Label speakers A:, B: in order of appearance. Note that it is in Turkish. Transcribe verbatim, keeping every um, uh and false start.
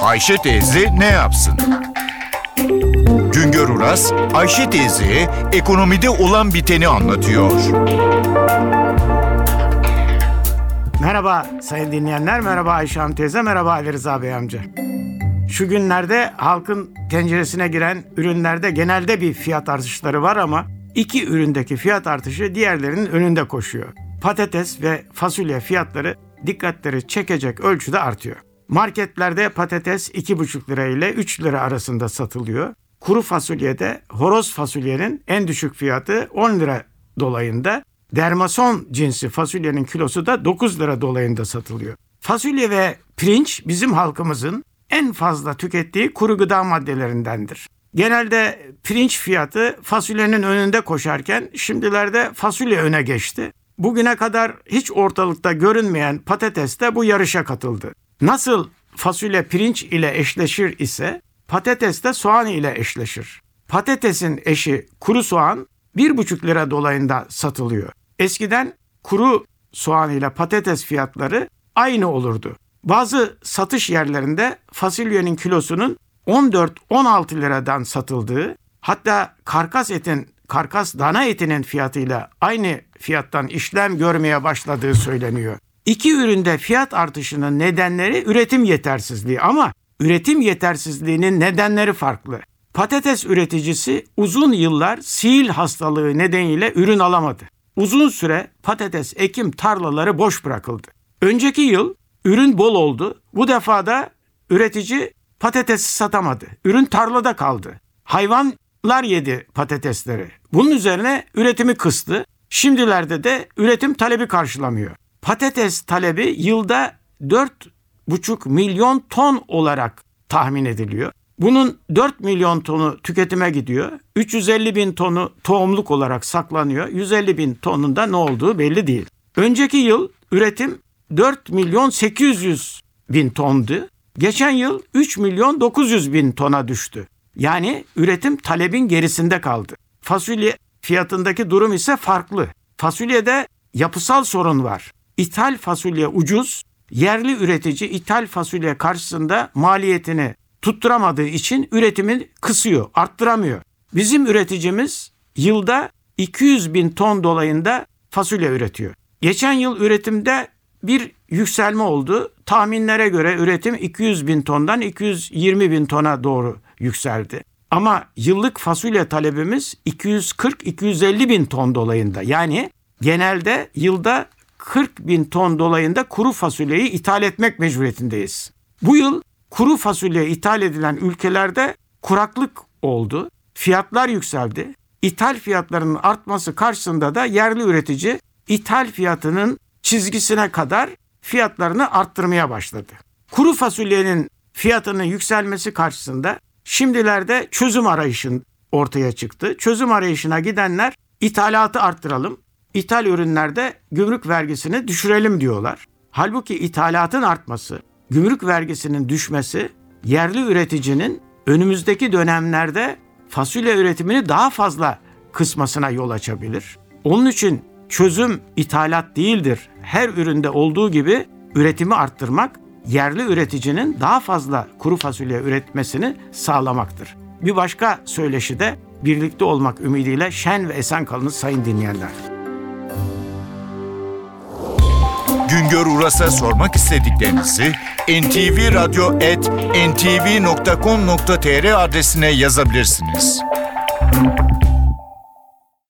A: Ayşe teyze ne yapsın? Güngör Uras, Ayşe teyzeye ekonomide olan biteni anlatıyor.
B: Merhaba sayın dinleyenler, merhaba Ayşe Hanım teyze, merhaba Ali Rıza Bey amca. Şu günlerde halkın tenceresine giren ürünlerde genelde bir fiyat artışları var ama iki üründeki fiyat artışı diğerlerinin önünde koşuyor. Patates ve fasulye fiyatları dikkatleri çekecek ölçüde artıyor. Marketlerde patates iki buçuk lira ile üç lira arasında satılıyor. Kuru fasulyede horoz fasulyenin en düşük fiyatı on lira dolayında. Dermason cinsi fasulyenin kilosu da dokuz lira dolayında satılıyor. Fasulye ve pirinç bizim halkımızın en fazla tükettiği kuru gıda maddelerindendir. Genelde pirinç fiyatı fasulyenin önünde koşarken şimdilerde fasulye öne geçti. Bugüne kadar hiç ortalıkta görünmeyen patates de bu yarışa katıldı. Nasıl fasulye pirinç ile eşleşir ise patates de soğan ile eşleşir. Patatesin eşi kuru soğan bir buçuk lira dolayında satılıyor. Eskiden kuru soğan ile patates fiyatları aynı olurdu. Bazı satış yerlerinde fasulyenin kilosunun on dört on altı liradan satıldığı, hatta karkas etin, karkas dana etinin fiyatıyla aynı fiyattan işlem görmeye başladığı söyleniyor. İki üründe fiyat artışının nedenleri üretim yetersizliği ama üretim yetersizliğinin nedenleri farklı. Patates üreticisi uzun yıllar sil hastalığı nedeniyle ürün alamadı. Uzun süre patates ekim tarlaları boş bırakıldı. Önceki yıl ürün bol oldu. Bu defa da üretici patatesi satamadı. Ürün tarlada kaldı. Hayvanlar yedi patatesleri. Bunun üzerine üretimi kıstı. Şimdilerde de üretim talebi karşılamıyor. Patates talebi yılda dört buçuk milyon ton olarak tahmin ediliyor. Bunun dört milyon tonu tüketime gidiyor. üç yüz elli bin tonu tohumluk olarak saklanıyor. yüz elli bin tonunda ne olduğu belli değil. Önceki yıl üretim dört milyon sekiz yüz bin tondu. Geçen yıl üç milyon dokuz yüz bin tona düştü. Yani üretim talebin gerisinde kaldı. Fasulye fiyatındaki durum ise farklı. Fasulyede yapısal sorun var. İthal fasulye ucuz, yerli üretici ithal fasulye karşısında maliyetini tutturamadığı için üretimini kısıyor, arttıramıyor. Bizim üreticimiz yılda iki yüz bin ton dolayında fasulye üretiyor. Geçen yıl üretimde bir yükselme oldu. Tahminlere göre üretim iki yüz bin tondan iki yüz yirmi bin tona doğru yükseldi. Ama yıllık fasulye talebimiz iki yüz kırk iki yüz elli bin ton dolayında. Yani genelde yılda kırk bin ton dolayında kuru fasulyeyi ithal etmek mecburiyetindeyiz. Bu yıl kuru fasulye ithal edilen ülkelerde kuraklık oldu. Fiyatlar yükseldi. İthal fiyatlarının artması karşısında da yerli üretici ithal fiyatının çizgisine kadar fiyatlarını arttırmaya başladı. Kuru fasulyenin fiyatının yükselmesi karşısında şimdilerde çözüm arayışın ortaya çıktı. Çözüm arayışına gidenler ithalatı arttıralım, ithal ürünlerde gümrük vergisini düşürelim diyorlar. Halbuki ithalatın artması, gümrük vergisinin düşmesi yerli üreticinin önümüzdeki dönemlerde fasulye üretimini daha fazla kısmasına yol açabilir. Onun için çözüm ithalat değildir. Her üründe olduğu gibi üretimi arttırmak, yerli üreticinin daha fazla kuru fasulye üretmesini sağlamaktır. Bir başka söyleşi de birlikte olmak ümidiyle şen ve esen kalınız sayın dinleyenler.
A: Güngör Uras'a sormak istediklerinizi en ti vi radyo et en ti vi nokta com nokta tr adresine yazabilirsiniz.